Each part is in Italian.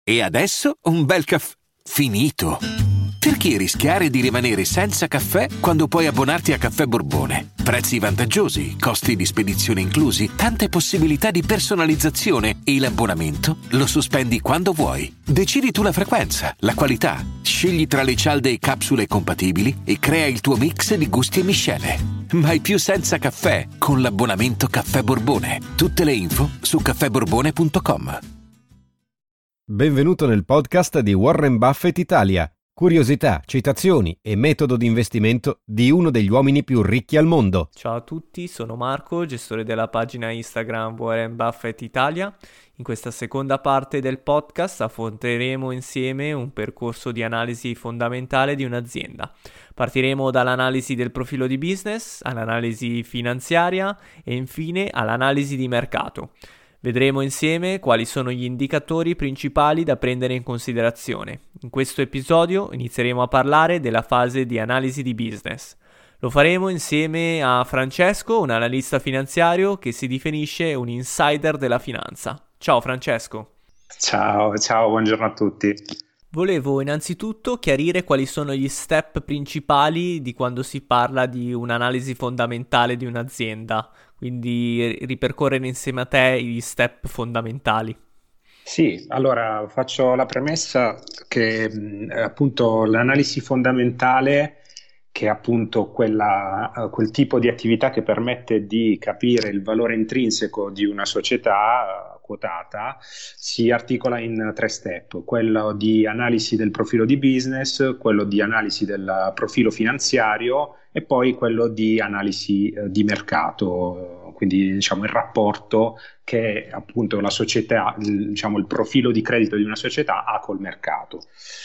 E adesso un bel caffè finito. Perché rischiare di rimanere senza caffè quando puoi abbonarti a Caffè Borbone? Prezzi vantaggiosi, costi di spedizione inclusi, tante possibilità di personalizzazione e l'abbonamento lo sospendi quando vuoi. Decidi tu la frequenza, la qualità, scegli tra le cialde e capsule compatibili e crea il tuo mix di gusti e miscele. Mai più senza caffè con l'abbonamento Caffè Borbone. Tutte le info su caffèborbone.com. Benvenuto nel podcast di Warren Buffett Italia. Curiosità, citazioni e metodo di investimento di uno degli uomini più ricchi al mondo. Ciao a tutti, sono Marco, gestore della pagina Instagram Warren Buffett Italia. In questa seconda parte del podcast affronteremo insieme un percorso di analisi fondamentale di un'azienda. Partiremo dall'analisi del profilo di business, all'analisi finanziaria e infine all'analisi di mercato. Vedremo insieme quali sono gli indicatori principali da prendere in considerazione. In questo episodio inizieremo a parlare della fase di analisi di business. Lo faremo insieme a Francesco, un analista finanziario che si definisce un insider della finanza. Ciao Francesco. Ciao, buongiorno a tutti. Volevo innanzitutto chiarire quali sono gli step principali di quando si parla di un'analisi fondamentale di un'azienda, quindi ripercorrere insieme a te gli step fondamentali. Sì, allora faccio la premessa che appunto l'analisi fondamentale, che è appunto quel tipo di attività che permette di capire il valore intrinseco di una società quotata, si articola in 3 step: quello di analisi del profilo di business, quello di analisi del profilo finanziario e poi quello di analisi di mercato, quindi diciamo il rapporto che appunto la società, il profilo di credito di una società ha col mercato.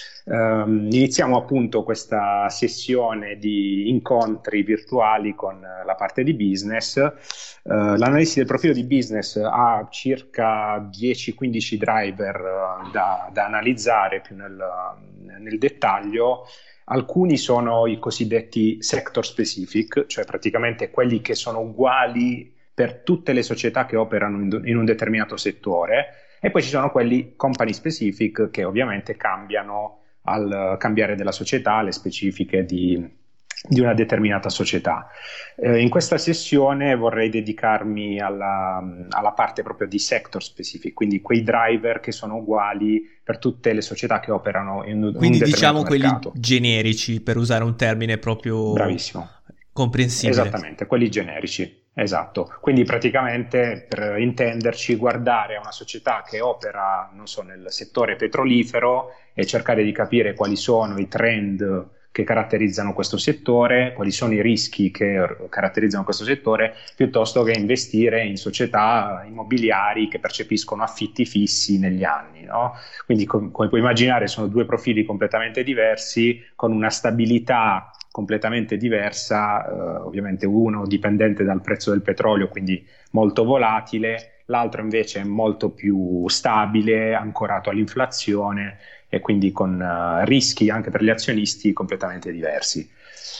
Iniziamo appunto questa sessione di incontri virtuali con la parte di business. L'analisi del profilo di business ha circa 10-15 driver da analizzare più nel dettaglio. Alcuni sono i cosiddetti sector specific, cioè praticamente quelli che sono uguali per tutte le società che operano in un determinato settore, e poi ci sono quelli company specific, che ovviamente cambiano al cambiare della società, le specifiche di una determinata società. In questa sessione vorrei dedicarmi alla parte proprio di sector specific, quindi quei driver che sono uguali per tutte le società che operano in un quindi determinato diciamo mercato. Quelli generici, per usare un termine proprio Bravissimo. Comprensibile. Esattamente, quelli generici. Esatto, quindi praticamente, per intenderci, guardare a una società che opera, non so, nel settore petrolifero e cercare di capire quali sono i trend che caratterizzano questo settore, quali sono i rischi che caratterizzano questo settore, piuttosto che investire in società immobiliari che percepiscono affitti fissi negli anni, no? Quindi come puoi immaginare sono 2 profili completamente diversi, con una stabilità completamente diversa, ovviamente uno dipendente dal prezzo del petrolio, quindi molto volatile, l'altro invece è molto più stabile, ancorato all'inflazione e quindi con rischi anche per gli azionisti completamente diversi.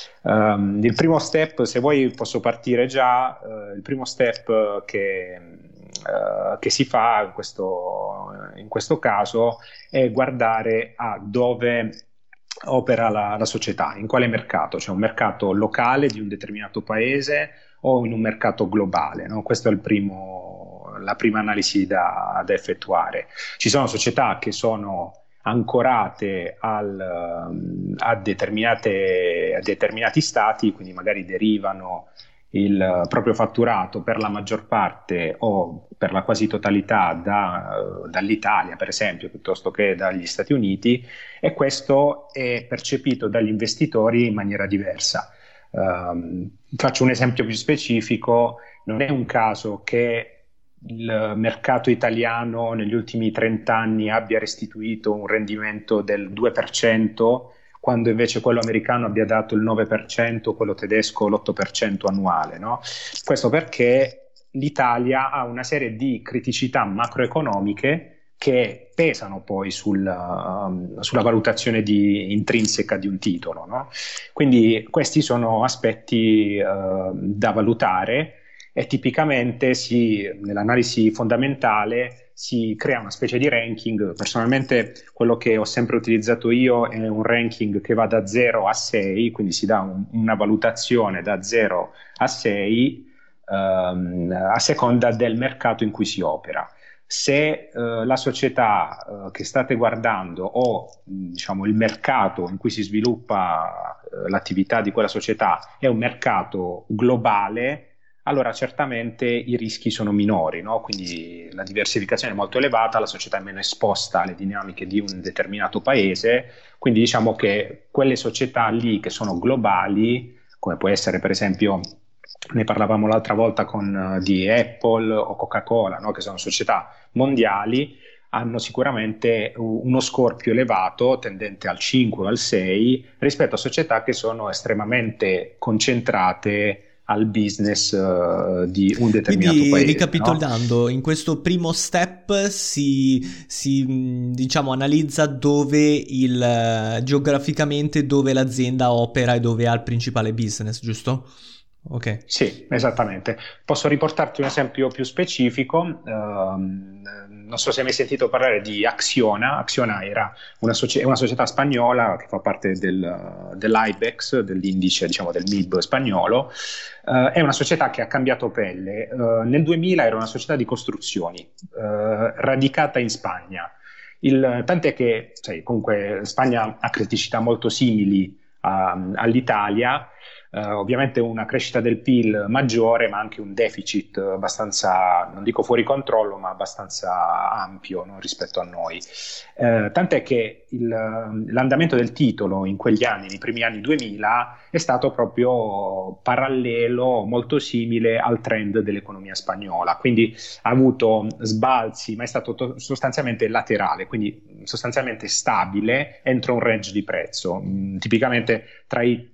Il primo step, se vuoi posso partire già, il primo step che si fa in questo caso è guardare a dove opera la società, in quale mercato, cioè un mercato locale di un determinato paese o in un mercato globale, no? Questa è la prima analisi da effettuare. Ci sono società che sono ancorate a determinati stati, quindi magari derivano il proprio fatturato per la maggior parte o per la quasi totalità dall'Italia, per esempio, piuttosto che dagli Stati Uniti, e questo è percepito dagli investitori in maniera diversa. Faccio un esempio più specifico: non è un caso che il mercato italiano negli ultimi 30 anni abbia restituito un rendimento del 2%, quando invece quello americano abbia dato il 9%, quello tedesco l'8% annuale, no? Questo perché l'Italia ha una serie di criticità macroeconomiche che pesano poi sulla valutazione intrinseca di un titolo, no? Quindi questi sono aspetti da valutare, e tipicamente nell'analisi fondamentale si crea una specie di ranking. Personalmente quello che ho sempre utilizzato io è un ranking che va da 0 a 6, quindi si dà una valutazione da 0 a 6 a seconda del mercato in cui si opera. Se la società che state guardando o diciamo il mercato in cui si sviluppa l'attività di quella società è un mercato globale, allora certamente i rischi sono minori, no? Quindi la diversificazione è molto elevata, la società è meno esposta alle dinamiche di un determinato paese, quindi diciamo che quelle società lì che sono globali, come può essere per esempio, ne parlavamo l'altra volta di Apple o Coca-Cola, no? Che sono società mondiali, hanno sicuramente uno score più elevato, tendente al 5 o al 6, rispetto a società che sono estremamente concentrate al business di un determinato Quindi, paese. ricapitolando, no? in questo primo step si diciamo analizza dove geograficamente dove l'azienda opera e dove ha il principale business, giusto? Ok. Sì, esattamente. Posso riportarti un esempio più specifico. Non so se hai mai sentito parlare di Acciona. Acciona è una società spagnola che fa parte dell'IBEX, dell'indice, diciamo, del MIB spagnolo. È una società che ha cambiato pelle. Nel 2000 era una società di costruzioni, radicata in Spagna. Tant'è che, comunque, Spagna ha criticità molto simili all'Italia. Ovviamente una crescita del PIL maggiore, ma anche un deficit abbastanza, non dico fuori controllo, ma abbastanza ampio, no, rispetto a noi. Tant'è che l'andamento del titolo in quegli anni, nei primi anni 2000, è stato proprio parallelo, molto simile al trend dell'economia spagnola, quindi ha avuto sbalzi, ma è stato sostanzialmente laterale, quindi sostanzialmente stabile entro un range di prezzo, tipicamente tra i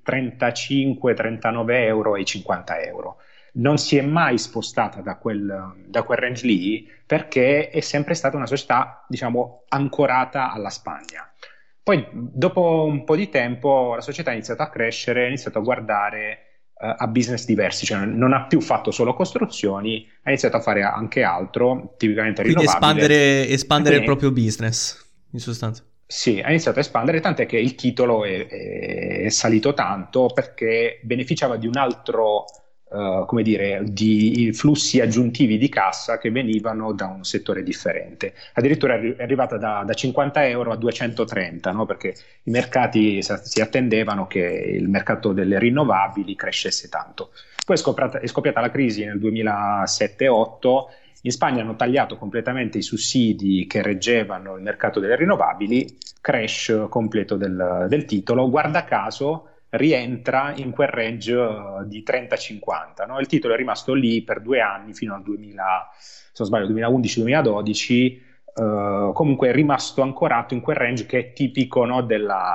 39 euro e i 50 euro. Non si è mai spostata da quel range lì, perché è sempre stata una società, diciamo, ancorata alla Spagna. Poi, dopo un po' di tempo, la società ha iniziato a crescere, ha iniziato a guardare a business diversi, cioè non ha più fatto solo costruzioni, ha iniziato a fare anche altro, tipicamente rinnovabile. Quindi espandere il proprio business, in sostanza. Sì, ha iniziato a espandere, tant'è che il titolo è salito tanto perché beneficiava di un altro, come dire, di flussi aggiuntivi di cassa che venivano da un settore differente. Addirittura è arrivata da 50 euro a 230, no? Perché i mercati si attendevano che il mercato delle rinnovabili crescesse tanto. Poi è scoppiata la crisi nel 2007-2008. In Spagna hanno tagliato completamente i sussidi che reggevano il mercato delle rinnovabili, crash completo del titolo. Guarda caso rientra in quel range di 30-50, no? Il titolo è rimasto lì per 2 anni, fino al 2000, se non sbaglio, 2011-2012, comunque è rimasto ancorato in quel range che è tipico, no,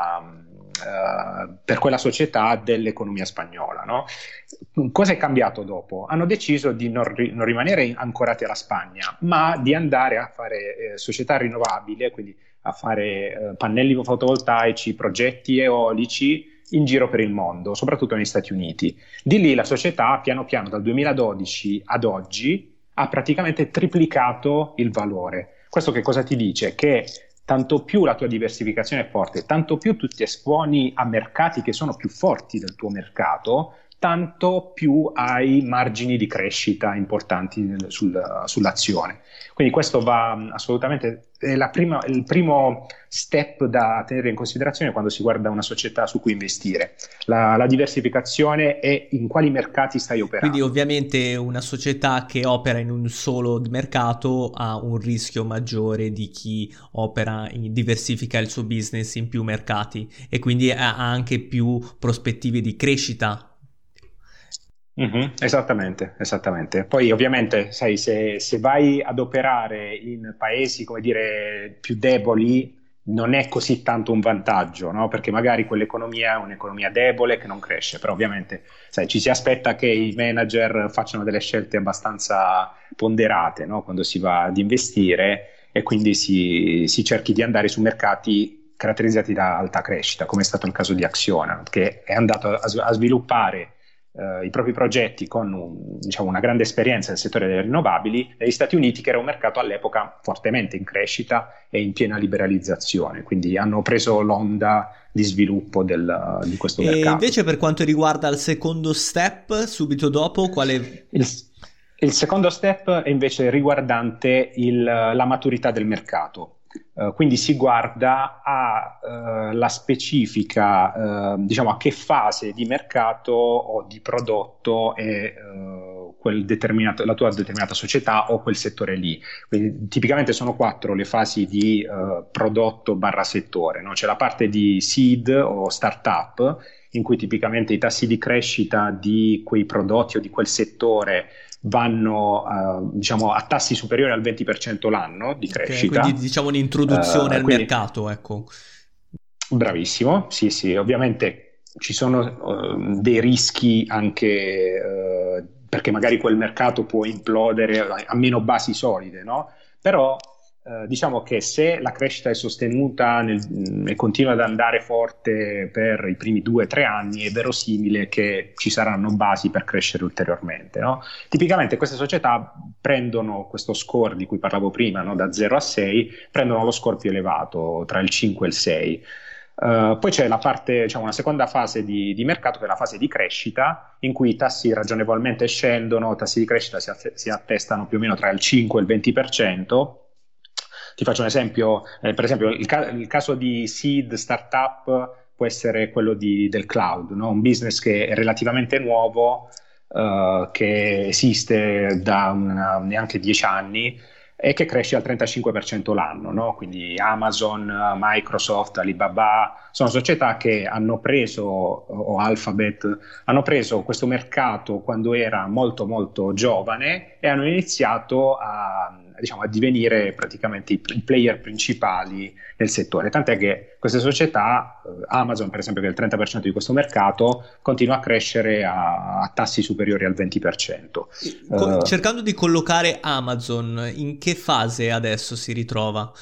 per quella società dell'economia spagnola, no? Cosa è cambiato dopo? Hanno deciso di non rimanere ancorati alla Spagna, ma di andare a fare società rinnovabili, quindi a fare pannelli fotovoltaici, progetti eolici in giro per il mondo, soprattutto negli Stati Uniti. Di lì la società, piano piano, dal 2012 ad oggi, ha praticamente triplicato il valore. Questo che cosa ti dice? Che tanto più la tua diversificazione è forte, tanto più tu ti esponi a mercati che sono più forti del tuo mercato, tanto più hai margini di crescita importanti sull'azione. Quindi questo va assolutamente, è il primo step da tenere in considerazione quando si guarda una società su cui investire. La diversificazione e in quali mercati stai operando. Quindi ovviamente una società che opera in un solo mercato ha un rischio maggiore di chi diversifica il suo business in più mercati e quindi ha anche più prospettive di crescita. Esattamente. Poi ovviamente, sai, se vai ad operare in paesi, come dire, più deboli, non è così tanto un vantaggio, no? Perché magari quell'economia è un'economia debole che non cresce, però ovviamente, sai, ci si aspetta che i manager facciano delle scelte abbastanza ponderate, no? Quando si va ad investire, e quindi si cerchi di andare su mercati caratterizzati da alta crescita, come è stato il caso di Acciona, che è andato a sviluppare i propri progetti con diciamo, una grande esperienza nel settore delle rinnovabili negli Stati Uniti, che era un mercato all'epoca fortemente in crescita e in piena liberalizzazione, quindi hanno preso l'onda di sviluppo di questo mercato. E invece per quanto riguarda il secondo step, subito dopo, quale... Il secondo step è invece riguardante la maturità del mercato. Quindi si guarda alla specifica, diciamo a che fase di mercato o di prodotto è la tua determinata società o quel settore lì. Quindi, tipicamente sono 4 le fasi di prodotto barra settore, no? C'è la parte di seed o startup, in cui tipicamente i tassi di crescita di quei prodotti o di quel settore vanno diciamo a tassi superiori al 20% l'anno di crescita. Quindi diciamo un'introduzione al mercato, ecco. Bravissimo, sì, ovviamente ci sono dei rischi anche perché magari quel mercato può implodere a meno basi solide, no? Però diciamo che se la crescita è sostenuta e continua ad andare forte per i primi 2-3 anni, è verosimile che ci saranno basi per crescere ulteriormente, no? Tipicamente queste società prendono questo score di cui parlavo prima, no? Da 0 a 6, prendono lo score più elevato, tra il 5 e il 6. Poi c'è la parte, diciamo, una seconda fase di mercato, che è la fase di crescita, in cui i tassi ragionevolmente scendono, i tassi di crescita si attestano più o meno tra il 5 e il 20%. Ti faccio un esempio, per esempio il caso di seed startup può essere quello del cloud, no? Un business che è relativamente nuovo, che esiste da neanche 10 anni e che cresce al 35% l'anno, no? Quindi Amazon, Microsoft, Alibaba sono società che hanno preso, o Alphabet, hanno preso questo mercato quando era molto molto giovane e hanno iniziato a divenire praticamente i player principali nel settore, tant'è che queste società, Amazon per esempio, che è il 30% di questo mercato, continua a crescere a tassi superiori al 20%. Cercando di collocare Amazon, in che fase adesso si ritrova?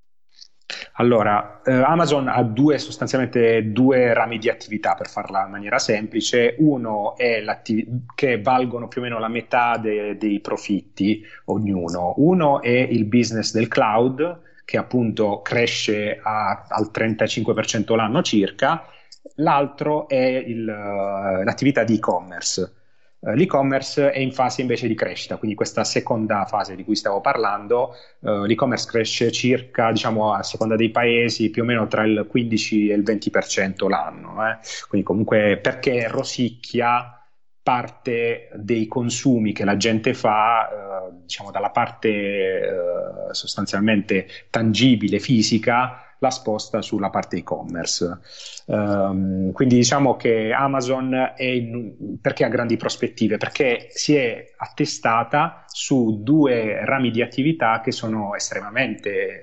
Allora, Amazon ha sostanzialmente due rami di attività, per farla in maniera semplice. Uno è che valgono più o meno la metà dei profitti ognuno. Uno è il business del cloud, che appunto cresce al 35% l'anno circa. L'altro è l'attività di e-commerce. L'e-commerce è in fase invece di crescita, quindi questa seconda fase di cui stavo parlando, l'e-commerce cresce circa, diciamo, a seconda dei paesi, più o meno tra il 15 e il 20% l'anno. Quindi comunque perché rosicchia parte dei consumi che la gente fa, diciamo, dalla parte sostanzialmente tangibile, fisica, la sposta sulla parte e-commerce. Quindi diciamo che Amazon perché ha grandi prospettive? Perché si è attestata su due rami di attività che sono estremamente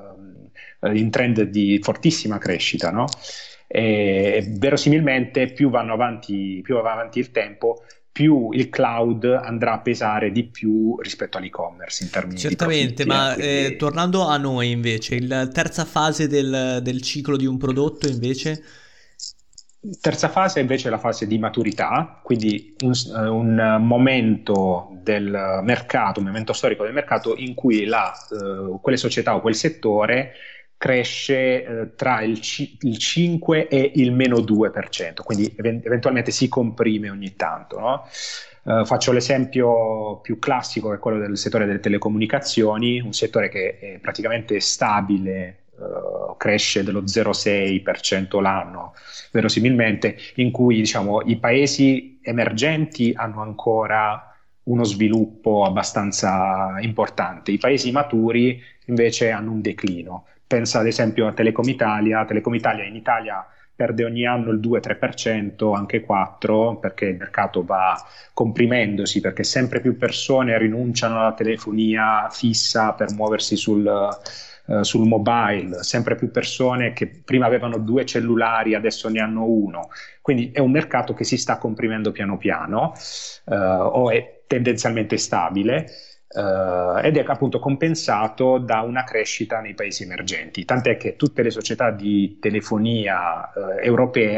in trend di fortissima crescita, no? E verosimilmente più va avanti il tempo, più il cloud andrà a pesare di più rispetto all'e-commerce in termini certamente, di profitti. Ma quindi... tornando a noi invece, la terza fase del ciclo di un prodotto invece? Terza fase invece è la fase di maturità, quindi un momento del mercato, un momento storico del mercato in cui quelle società o quel settore cresce tra il 5 e il meno 2%, quindi eventualmente si comprime ogni tanto, no? Faccio l'esempio più classico, che è quello del settore delle telecomunicazioni, un settore che è praticamente stabile, cresce dello 0,6% l'anno verosimilmente, in cui diciamo i paesi emergenti hanno ancora uno sviluppo abbastanza importante, i paesi maturi invece hanno un declino. Pensa ad esempio a Telecom Italia. Telecom Italia in Italia perde ogni anno il 2-3%, anche 4%, perché il mercato va comprimendosi, perché sempre più persone rinunciano alla telefonia fissa per muoversi sul mobile, sempre più persone che prima avevano 2 cellulari adesso ne hanno uno, quindi è un mercato che si sta comprimendo piano piano, o è tendenzialmente stabile, ed è appunto compensato da una crescita nei paesi emergenti, tant'è che tutte le società di telefonia europea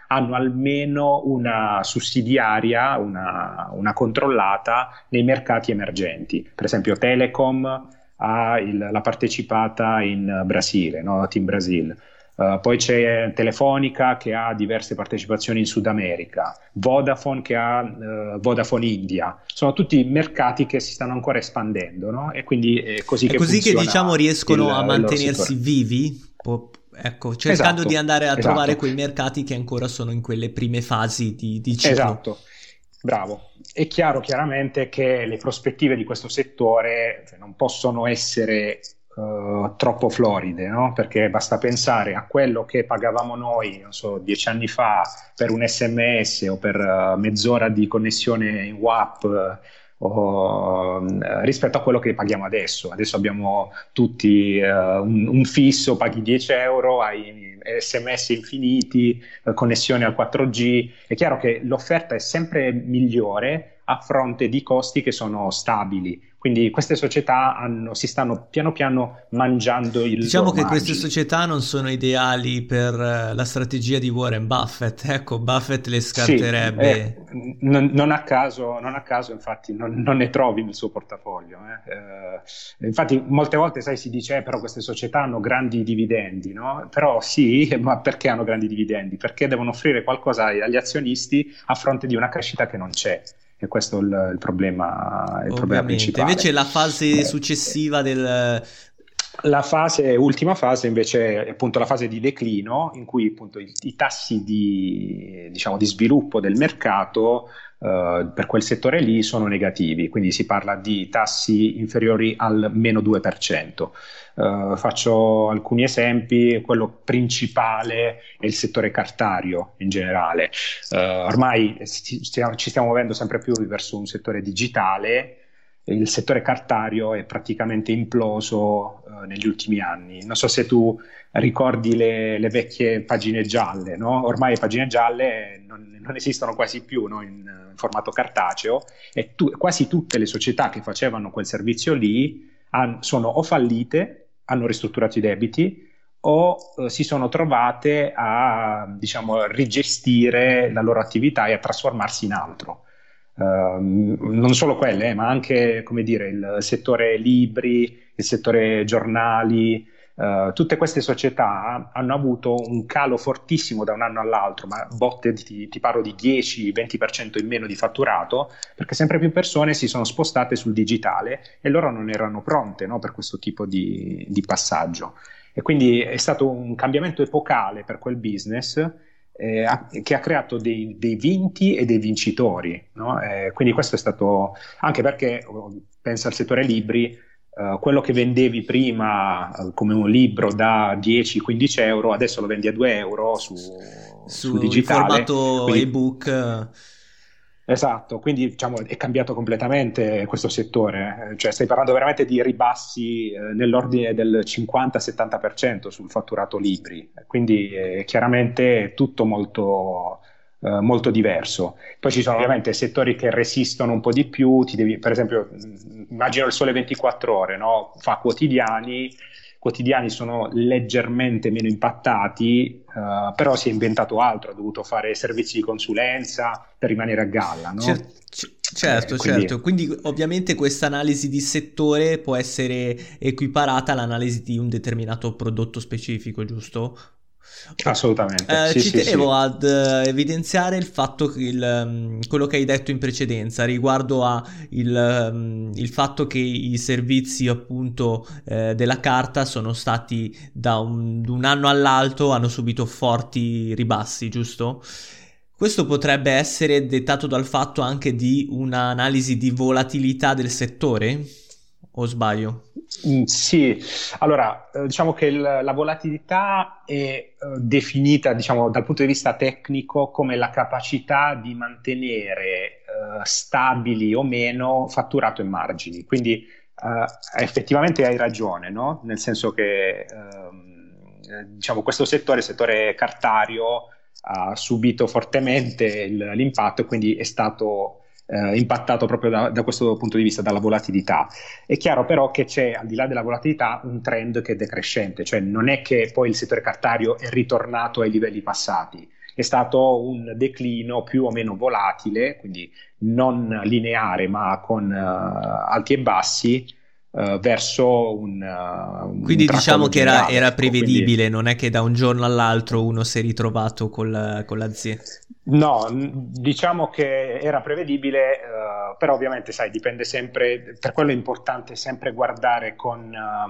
hanno almeno una sussidiaria, una controllata nei mercati emergenti. Per esempio Telecom ha la partecipata in Brasile, no? Team Brasil. Poi c'è Telefonica che ha diverse partecipazioni in Sud America, Vodafone che ha Vodafone India. Sono tutti mercati che si stanno ancora espandendo, no? E quindi è così che funziona, diciamo riescono a mantenersi vivi, ecco, cercando di andare a trovare quei mercati che ancora sono in quelle prime fasi di ciclo. Esatto, bravo. È chiaramente che le prospettive di questo settore non possono essere troppo floride, no? Perché basta pensare a quello che pagavamo noi, non so, 10 anni fa per un SMS o per mezz'ora di connessione in WhatsApp, rispetto a quello che paghiamo adesso. Adesso abbiamo tutti un fisso, paghi 10 euro, hai SMS infiniti, connessioni al 4G. È chiaro che l'offerta è sempre migliore a fronte di costi che sono stabili. Quindi queste società si stanno piano piano mangiando il Diciamo che margine. queste società non sono ideali per la strategia di Warren Buffett. Ecco, Buffett le scarterebbe. Sì, non a caso infatti non ne trovi nel suo portafoglio. Infatti molte volte, sai, si dice però queste società hanno grandi dividendi, no? Però sì, ma perché hanno grandi dividendi? Perché devono offrire qualcosa agli azionisti a fronte di una crescita che non c'è. E questo è il problema principale. Invece la fase successiva ultima fase invece è appunto la fase di declino, in cui appunto i tassi di sviluppo del mercato per quel settore lì sono negativi, quindi si parla di tassi inferiori al meno 2%. Faccio alcuni esempi. Quello principale è il settore cartario in generale. Ormai ci stiamo muovendo sempre più verso un settore digitale. Il settore cartario è praticamente imploso negli ultimi anni. Non so se tu ricordi le vecchie pagine gialle, no? Ormai le pagine gialle non esistono quasi più, no? in formato cartaceo, e quasi tutte le società che facevano quel servizio lì sono o fallite, hanno ristrutturato i debiti, o si sono trovate a rigestire la loro attività e a trasformarsi in altro. Non solo quelle, ma anche, come dire, il settore libri, il settore giornali. Tutte queste società hanno avuto un calo fortissimo da un anno all'altro, ma botte ti parlo di 10-20% in meno di fatturato, perché sempre più persone si sono spostate sul digitale e loro non erano pronte, no, per questo tipo di passaggio. E quindi è stato un cambiamento epocale per quel business, che ha creato dei vinti e dei vincitori, no? Quindi questo è stato, anche perché pensa al settore libri. Quello che vendevi prima come un libro da 10-15 euro, adesso lo vendi a 2 euro sul digitale. In formato ebook. Esatto, quindi è cambiato completamente questo settore. Cioè stai parlando veramente di ribassi nell'ordine del 50-70% sul fatturato libri, quindi chiaramente tutto molto diverso. Poi ci sono ovviamente settori che resistono un po' di più. Per esempio, immagino il Sole 24 Ore, no? Fa quotidiani sono leggermente meno impattati, però si è inventato altro, ha dovuto fare servizi di consulenza per rimanere a galla, no? Certo. Quindi ovviamente questa analisi di settore può essere equiparata all'analisi di un determinato prodotto specifico, giusto? Assolutamente. Ci tenevo ad evidenziare il fatto che quello che hai detto in precedenza riguardo a il fatto che i servizi appunto della carta sono stati da un anno all'altro, hanno subito forti ribassi, giusto? Questo potrebbe essere dettato dal fatto anche di un'analisi di volatilità del settore? O sbaglio? Sì, allora diciamo che la volatilità è definita, diciamo, dal punto di vista tecnico come la capacità di mantenere stabili o meno fatturato e margini. Quindi effettivamente hai ragione, no? Nel senso che diciamo questo settore, il settore cartario, ha subito fortemente l'impatto e quindi è stato impattato proprio da questo punto di vista, dalla volatilità. È chiaro però che c'è, al di là della volatilità, un trend che è decrescente, cioè non è che poi il settore cartario è ritornato ai livelli passati. è stato un declino più o meno volatile, quindi non lineare ma con alti e bassi, verso Quindi un diciamo tracollo che generale, era ecco, quindi prevedibile, non è che da un giorno all'altro uno si è ritrovato con l'azienda. no, diciamo che era prevedibile, però ovviamente sai, dipende sempre, per quello è importante sempre guardare con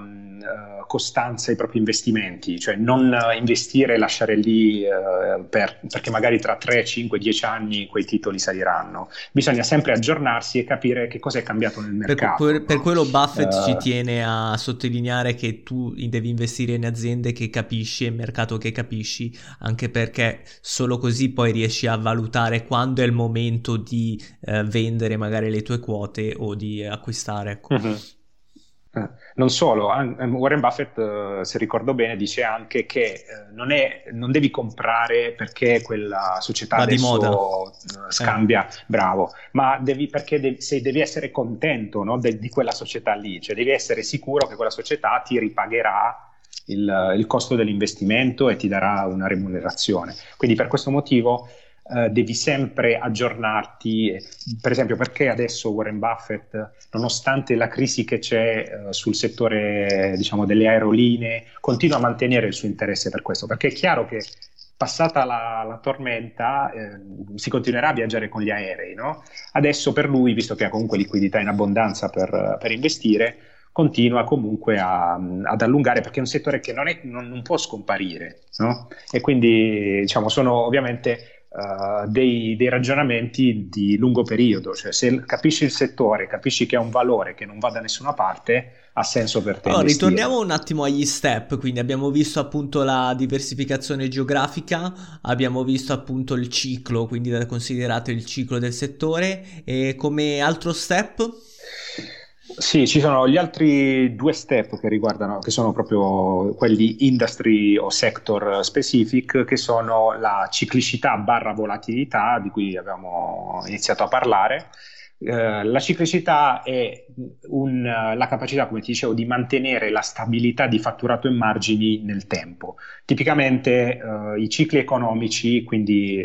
costanza i propri investimenti, cioè non investire e lasciare lì perché magari tra 3, 5, 10 anni quei titoli saliranno. Bisogna sempre aggiornarsi e capire che cosa è cambiato nel mercato, Per no? quello Buffett ci Eh, tiene a sottolineare che tu devi investire in aziende che capisci e in mercato che capisci, anche perché solo così poi riesci a valutare quando è il momento di vendere magari le tue quote o di acquistare, ecco. mhm. Non solo, Warren Buffett, se ricordo bene, dice anche che non devi comprare perché quella società Va di moda. adesso scambia, bravo, ma devi essere contento, no, di quella società lì, cioè devi essere sicuro che quella società ti ripagherà il costo dell'investimento e ti darà una remunerazione. Quindi per questo motivo devi sempre aggiornarti, per esempio perché adesso Warren Buffett, nonostante la crisi che c'è sul settore, diciamo, delle aerolinee, continua a mantenere il suo interesse per questo, perché è chiaro che passata la tormenta si continuerà a viaggiare con gli aerei, no? Adesso per lui, visto che ha comunque liquidità in abbondanza per investire, continua comunque ad allungare, perché è un settore che non può scomparire, no? E quindi diciamo sono ovviamente dei ragionamenti di lungo periodo, cioè se capisci il settore, capisci che ha un valore che non va da nessuna parte, ha senso per te Allora, investire. ritorniamo un attimo agli step, quindi abbiamo visto appunto la diversificazione geografica, abbiamo visto appunto il ciclo, quindi da considerato il ciclo del settore, e come altro step? Sì, ci sono gli altri due step che sono proprio quelli industry o sector specific, che sono la ciclicità barra volatilità di cui abbiamo iniziato a parlare. La ciclicità è la capacità, come ti dicevo, di mantenere la stabilità di fatturato e margini nel tempo. Tipicamente i cicli economici, quindi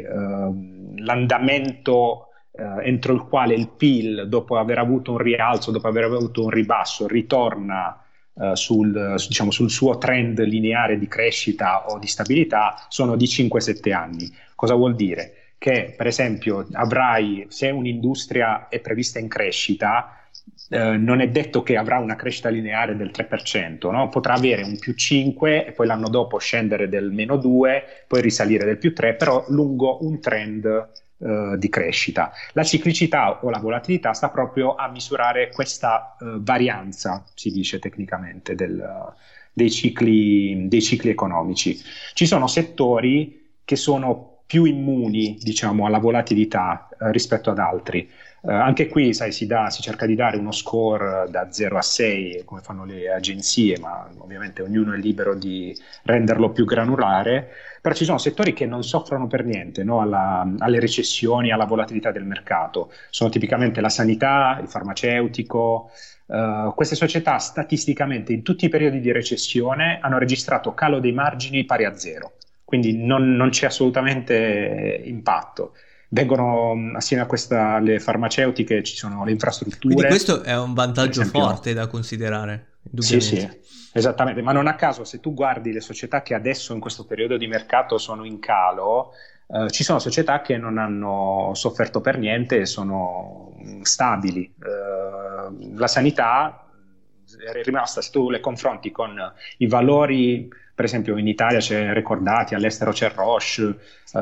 l'andamento entro il quale il PIL, dopo aver avuto un rialzo, dopo aver avuto un ribasso, ritorna diciamo, sul suo trend lineare di crescita o di stabilità, sono di 5-7 anni. Cosa vuol dire? Che per esempio se un'industria è prevista in crescita, non è detto che avrà una crescita lineare del 3%, no? Potrà avere un più 5 e poi l'anno dopo scendere del meno 2, poi risalire del più 3, però lungo un trend di crescita. La ciclicità o la volatilità sta proprio a misurare questa varianza, si dice tecnicamente, dei cicli economici. Ci sono settori che sono più immuni, diciamo, alla volatilità rispetto ad altri. Anche qui, sai, si cerca di dare uno score da 0 a 6, come fanno le agenzie, ma ovviamente ognuno è libero di renderlo più granulare. Però ci sono settori che non soffrono per niente, no, alle recessioni, alla volatilità del mercato. Sono tipicamente la sanità, il farmaceutico. Queste società statisticamente in tutti i periodi di recessione hanno registrato calo dei margini pari a zero, quindi non c'è assolutamente impatto. Vengono assieme a questa, le farmaceutiche, ci sono le Quindi infrastrutture, questo è un per vantaggio esempio. forte da considerare, Sì, sì, indubbiamente. esattamente, ma non a caso, se tu guardi le società che adesso in questo periodo di mercato sono in calo, ci sono società che non hanno sofferto per niente e sono stabili. La sanità è rimasta, se tu le confronti con i valori, per esempio in Italia c'è Recordati, all'estero c'è Roche,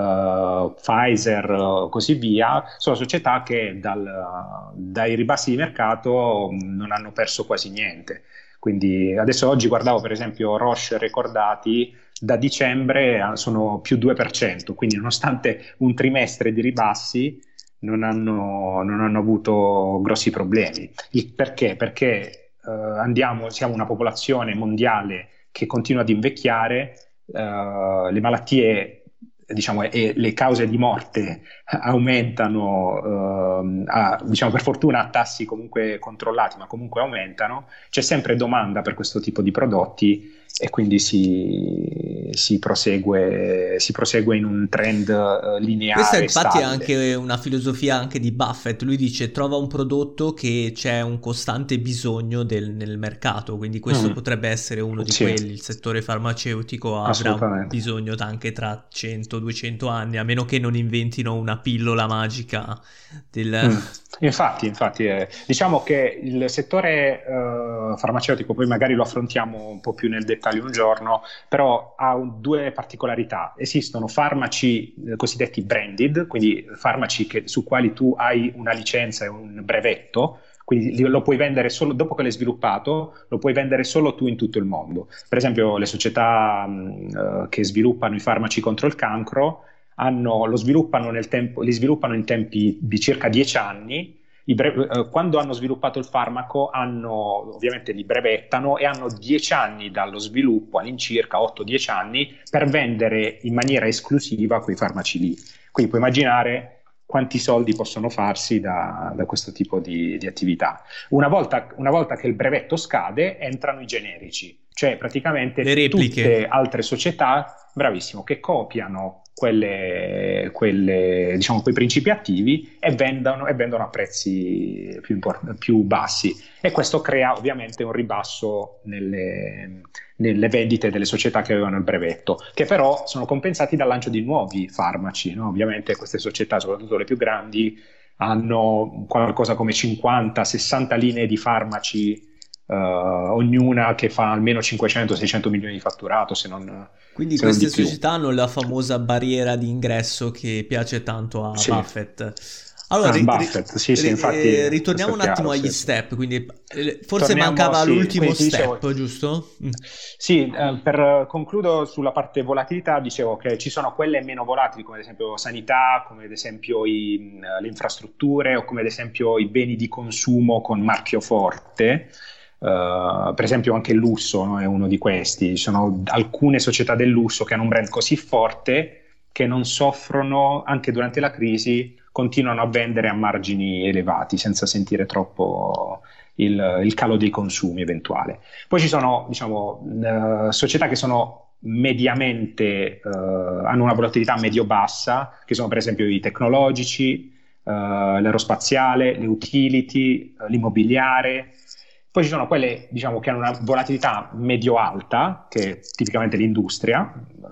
Pfizer, così via, sono società che dai ribassi di mercato non hanno perso quasi niente. Quindi adesso oggi guardavo per esempio Roche Recordati, da dicembre sono più 2%, quindi nonostante un trimestre di ribassi non hanno avuto grossi problemi. Perché? Perché siamo una popolazione mondiale che continua ad invecchiare, le malattie, diciamo, e le cause di morte aumentano, diciamo, per fortuna a tassi comunque controllati, ma comunque aumentano. C'è sempre domanda per questo tipo di prodotti e quindi si prosegue in un trend lineare. Questa infatti è stabile. anche una filosofia anche di Buffett. Lui dice trova un prodotto che c'è un costante bisogno nel mercato, quindi questo potrebbe essere uno di Sì. quelli. Il settore farmaceutico avrà Assolutamente. bisogno anche tra 100-200 anni, a meno che non inventino una pillola magica Infatti, diciamo che il settore farmaceutico, poi magari lo affrontiamo un po' più nel dettaglio un giorno, però ha due particolarità. Esistono farmaci cosiddetti branded, quindi farmaci su quali tu hai una licenza e un brevetto, quindi lo puoi vendere solo dopo che l'hai sviluppato, lo puoi vendere solo tu in tutto il mondo. Per esempio, le società che sviluppano i farmaci contro il cancro li sviluppano in tempi di circa 10 anni. Quando hanno sviluppato il farmaco, ovviamente li brevettano e hanno 10 anni dallo sviluppo, all'incirca 8-10 anni, per vendere in maniera esclusiva quei farmaci lì. Quindi puoi immaginare quanti soldi possono farsi da questo tipo di attività. Una volta che il brevetto scade, entrano i generici, cioè praticamente le repliche. Tutte altre società, bravissimo, che copiano quei principi attivi e vendono a prezzi più bassi, e questo crea ovviamente un ribasso nelle vendite delle società che avevano il brevetto, che però sono compensati dal lancio di nuovi farmaci, no? Ovviamente queste società, soprattutto le più grandi, hanno qualcosa come 50-60 linee di farmaci, ognuna che fa almeno 500-600 milioni di fatturato, quindi queste società hanno la famosa barriera di ingresso che piace tanto a Buffett. Allora, infatti, ritorniamo un attimo agli step, quindi forse mancava l'ultimo step, giusto? Sì, concludo sulla parte volatilità. Dicevo che ci sono quelle meno volatili, come ad esempio sanità, come ad esempio le infrastrutture, o come ad esempio i beni di consumo con marchio forte. Per esempio anche il lusso, no, è uno di questi. Ci sono alcune società del lusso che hanno un brand così forte che non soffrono, anche durante la crisi, continuano a vendere a margini elevati senza sentire troppo il calo dei consumi eventuale. Poi ci sono, società che sono mediamente, hanno una volatilità medio-bassa, che sono per esempio i tecnologici, l'aerospaziale, le utility, l'immobiliare. Poi ci sono quelle, che hanno una volatilità medio-alta, che è tipicamente l'industria,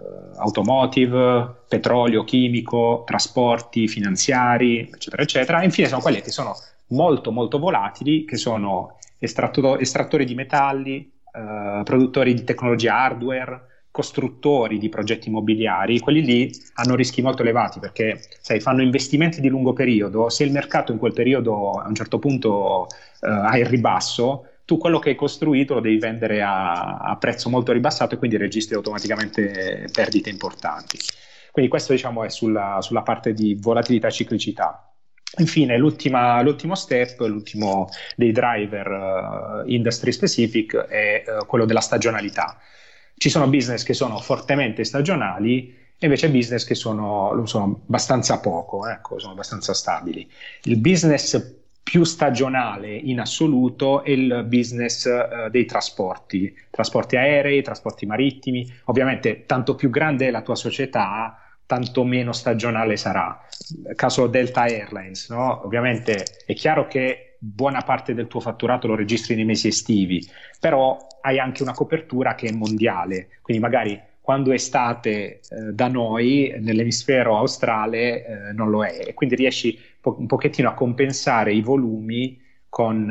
automotive, petrolio, chimico, trasporti, finanziari, eccetera, eccetera. E infine sono quelle che sono molto, molto volatili, che sono estrattori di metalli, produttori di tecnologia hardware, costruttori di progetti immobiliari. Quelli lì hanno rischi molto elevati perché, fanno investimenti di lungo periodo. Se il mercato in quel periodo a un certo punto ha il ribasso, tu quello che hai costruito lo devi vendere a prezzo molto ribassato, e quindi registri automaticamente perdite importanti. Quindi questo è sulla parte di volatilità e ciclicità. Infine l'ultimo step, l'ultimo dei driver industry specific, è quello della stagionalità. Ci sono business che sono fortemente stagionali e invece business che lo sono abbastanza poco, sono abbastanza stabili. Il business più stagionale in assoluto è il business dei trasporti aerei, trasporti marittimi. Ovviamente tanto più grande è la tua società, tanto meno stagionale sarà. Caso Delta Airlines, no? Ovviamente è chiaro che buona parte del tuo fatturato lo registri nei mesi estivi, però hai anche una copertura che è mondiale, quindi magari quando è estate da noi nell'emisfero australe non lo è, e quindi riesci un pochettino a compensare i volumi con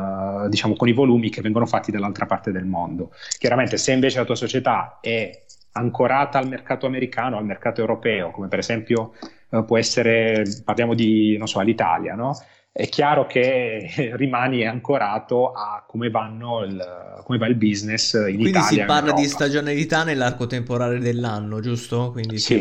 i volumi che vengono fatti dall'altra parte del mondo. Chiaramente se invece la tua società è ancorata al mercato americano, al mercato europeo, come per esempio può essere, parliamo di, all'Italia, no? È chiaro che rimani ancorato a come va il business in Quindi Italia. Quindi si parla di Europa. Stagionalità nell'arco temporale dell'anno, giusto? Quindi sì,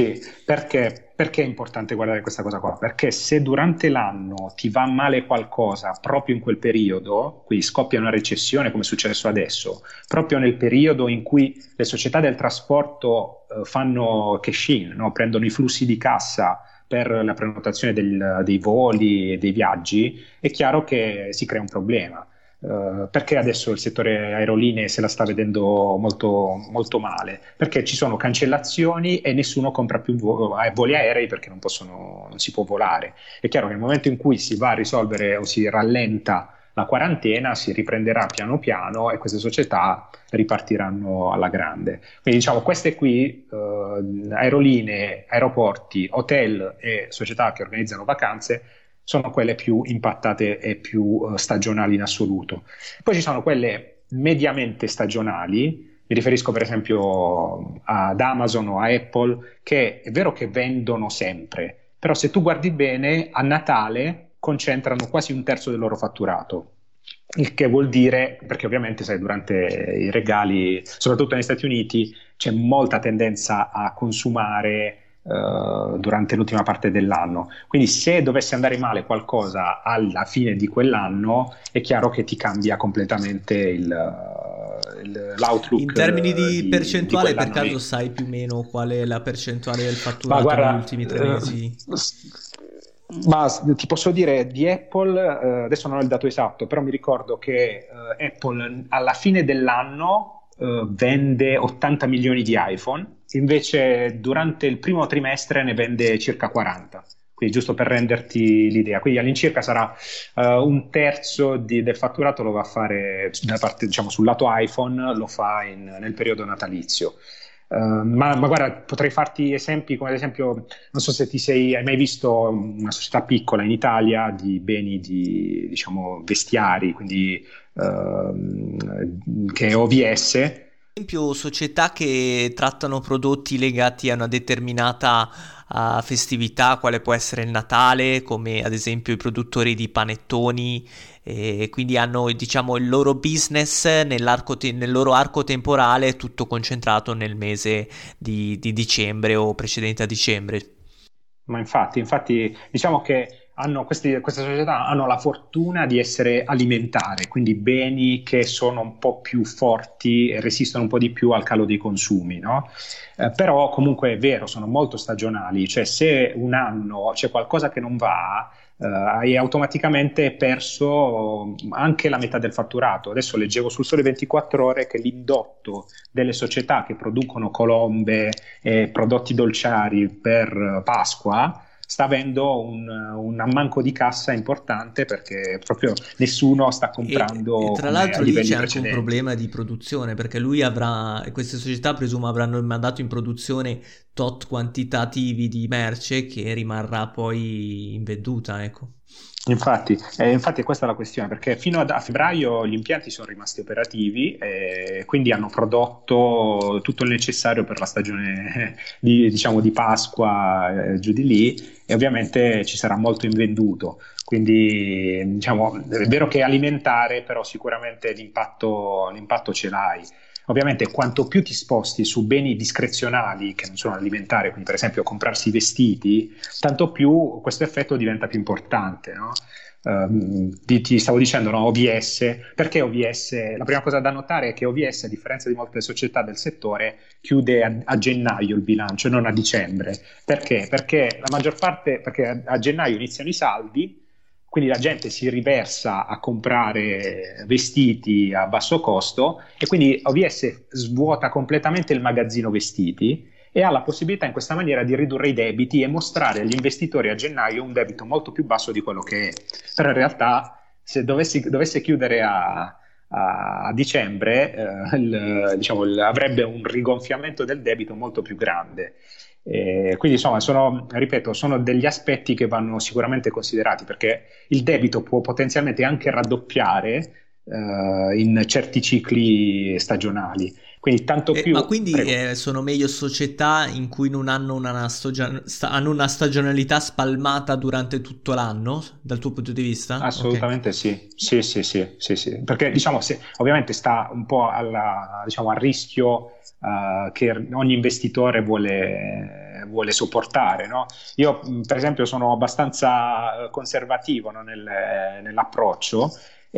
perché è importante guardare questa cosa qua? Perché se durante l'anno ti va male qualcosa proprio in quel periodo, quindi scoppia una recessione come è successo adesso, proprio nel periodo in cui le società del trasporto fanno cash in, no? Prendono i flussi di cassa per la prenotazione dei voli e dei viaggi, è chiaro che si crea un problema. Perché adesso il settore aerolinee se la sta vedendo molto, molto male? Perché ci sono cancellazioni e nessuno compra più voli aerei perché non si può volare. È chiaro che nel momento in cui si va a risolvere o si rallenta la quarantena, si riprenderà piano piano e queste società ripartiranno alla grande. Quindi diciamo queste qui, aerolinee, aeroporti, hotel e società che organizzano vacanze, sono quelle più impattate e più stagionali in assoluto. Poi ci sono quelle mediamente stagionali, mi riferisco per esempio ad Amazon o a Apple, che è vero che vendono sempre, però se tu guardi bene, a Natale concentrano quasi un terzo del loro fatturato. Il che vuol dire, perché ovviamente sai, durante i regali, soprattutto negli Stati Uniti, c'è molta tendenza a consumare durante l'ultima parte dell'anno. Quindi se dovesse andare male qualcosa alla fine di quell'anno, è chiaro che ti cambia completamente l'outlook. In termini di percentuale, per caso sai più o meno qual è la percentuale del fatturato negli ultimi 3 mesi? Ma ti posso dire di Apple, adesso non ho il dato esatto, però mi ricordo che Apple alla fine dell'anno vende 80 milioni di iPhone, invece durante il primo trimestre ne vende circa 40. Quindi giusto per renderti l'idea, quindi all'incirca sarà un terzo del fatturato lo va a fare nella parte, diciamo, sul lato iPhone, lo fa nel periodo natalizio. Ma guarda, potrei farti esempi come ad esempio, non so se hai mai visto una società piccola in Italia di beni di, diciamo, vestiari, quindi che è OVS. Per esempio, società che trattano prodotti legati a una determinata festività, quale può essere il Natale, come ad esempio i produttori di panettoni, e quindi hanno, diciamo, il loro business nel loro arco temporale tutto concentrato nel mese di dicembre o precedente a dicembre. Ma infatti diciamo che queste società hanno la fortuna di essere alimentari, quindi beni che sono un po' più forti e resistono un po' di più al calo dei consumi, no? Però comunque è vero, sono molto stagionali, cioè se un anno c'è qualcosa che non va, hai automaticamente perso anche la metà del fatturato. Adesso leggevo sul Sole 24 Ore che l'indotto delle società che producono colombe e prodotti dolciari per Pasqua sta avendo un ammanco di cassa importante perché proprio nessuno sta comprando. E tra l'altro lì c'è anche un problema di produzione, perché queste società presumo avranno mandato in produzione tot quantitativi di merce che rimarrà poi invenduta, ecco. Infatti questa è la questione, perché fino a febbraio gli impianti sono rimasti operativi e quindi hanno prodotto tutto il necessario per la stagione di Pasqua, giù di lì, e ovviamente ci sarà molto invenduto. Quindi diciamo, è vero che è alimentare, però sicuramente l'impatto ce l'hai. Ovviamente quanto più ti sposti su beni discrezionali che non sono alimentari, quindi per esempio comprarsi i vestiti, tanto più questo effetto diventa più importante, no? Ti stavo dicendo, no, OVS, perché OVS? La prima cosa da notare è che OVS, a differenza di molte società del settore, chiude a gennaio il bilancio, non a dicembre. Perché? Perché a gennaio iniziano i saldi, quindi la gente si riversa a comprare vestiti a basso costo e quindi OVS svuota completamente il magazzino vestiti e ha la possibilità in questa maniera di ridurre i debiti e mostrare agli investitori a gennaio un debito molto più basso di quello che è. Però in realtà se dovesse chiudere a dicembre avrebbe un rigonfiamento del debito molto più grande. Quindi insomma sono degli aspetti che vanno sicuramente considerati, perché il debito può potenzialmente anche raddoppiare in certi cicli stagionali. Quindi tanto più. Ma quindi sono meglio società in cui non hanno hanno una stagionalità spalmata durante tutto l'anno, dal tuo punto di vista? Assolutamente okay. Sì. Perché diciamo ovviamente sta un po' al rischio che ogni investitore vuole sopportare, no? Io per esempio sono abbastanza conservativo, no, nell'approccio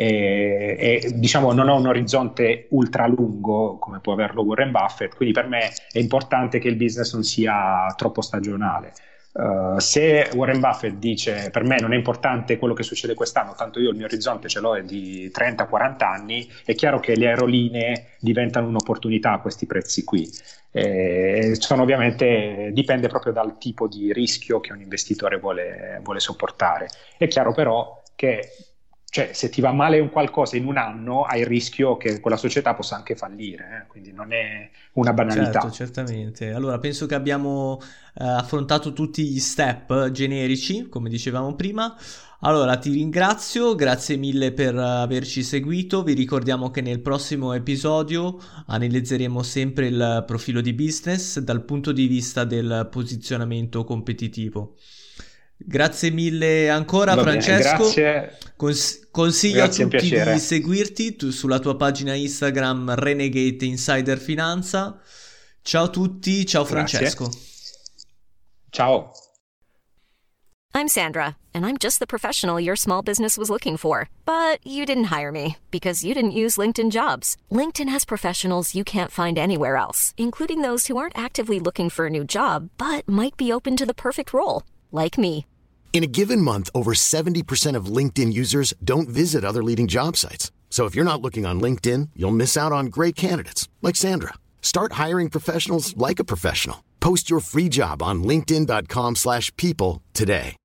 e diciamo non ho un orizzonte ultra lungo come può averlo Warren Buffett, quindi per me è importante che il business non sia troppo stagionale. Se Warren Buffett dice per me non è importante quello che succede quest'anno, tanto io il mio orizzonte ce l'ho è di 30-40 anni, è chiaro che le aerolinee diventano un'opportunità a questi prezzi qui. Ovviamente dipende proprio dal tipo di rischio che un investitore vuole sopportare. È chiaro però che se ti va male un qualcosa in un anno hai il rischio che quella società possa anche fallire, quindi non è una banalità. Certo, certamente. Allora, penso che abbiamo affrontato tutti gli step generici, come dicevamo prima. Allora, ti ringrazio, grazie mille per averci seguito. Vi ricordiamo che nel prossimo episodio analizzeremo sempre il profilo di business dal punto di vista del posizionamento competitivo. Grazie mille ancora, Francesco. Grazie. Consiglio Grazie, a tutti di seguirti sulla tua pagina Instagram Renegade Insider Finanza. Ciao a tutti, ciao Francesco. Ciao. I'm Sandra, and I'm just the professional your small business was looking for. But you didn't hire me because you didn't use LinkedIn Jobs. LinkedIn has professionals you can't find anywhere else, including those who aren't actively looking for a new job, but might be open to the perfect role, like me. In a given month, over 70% of LinkedIn users don't visit other leading job sites. So if you're not looking on LinkedIn, you'll miss out on great candidates like Sandra. Start hiring professionals like a professional. Post your free job on linkedin.com/people today.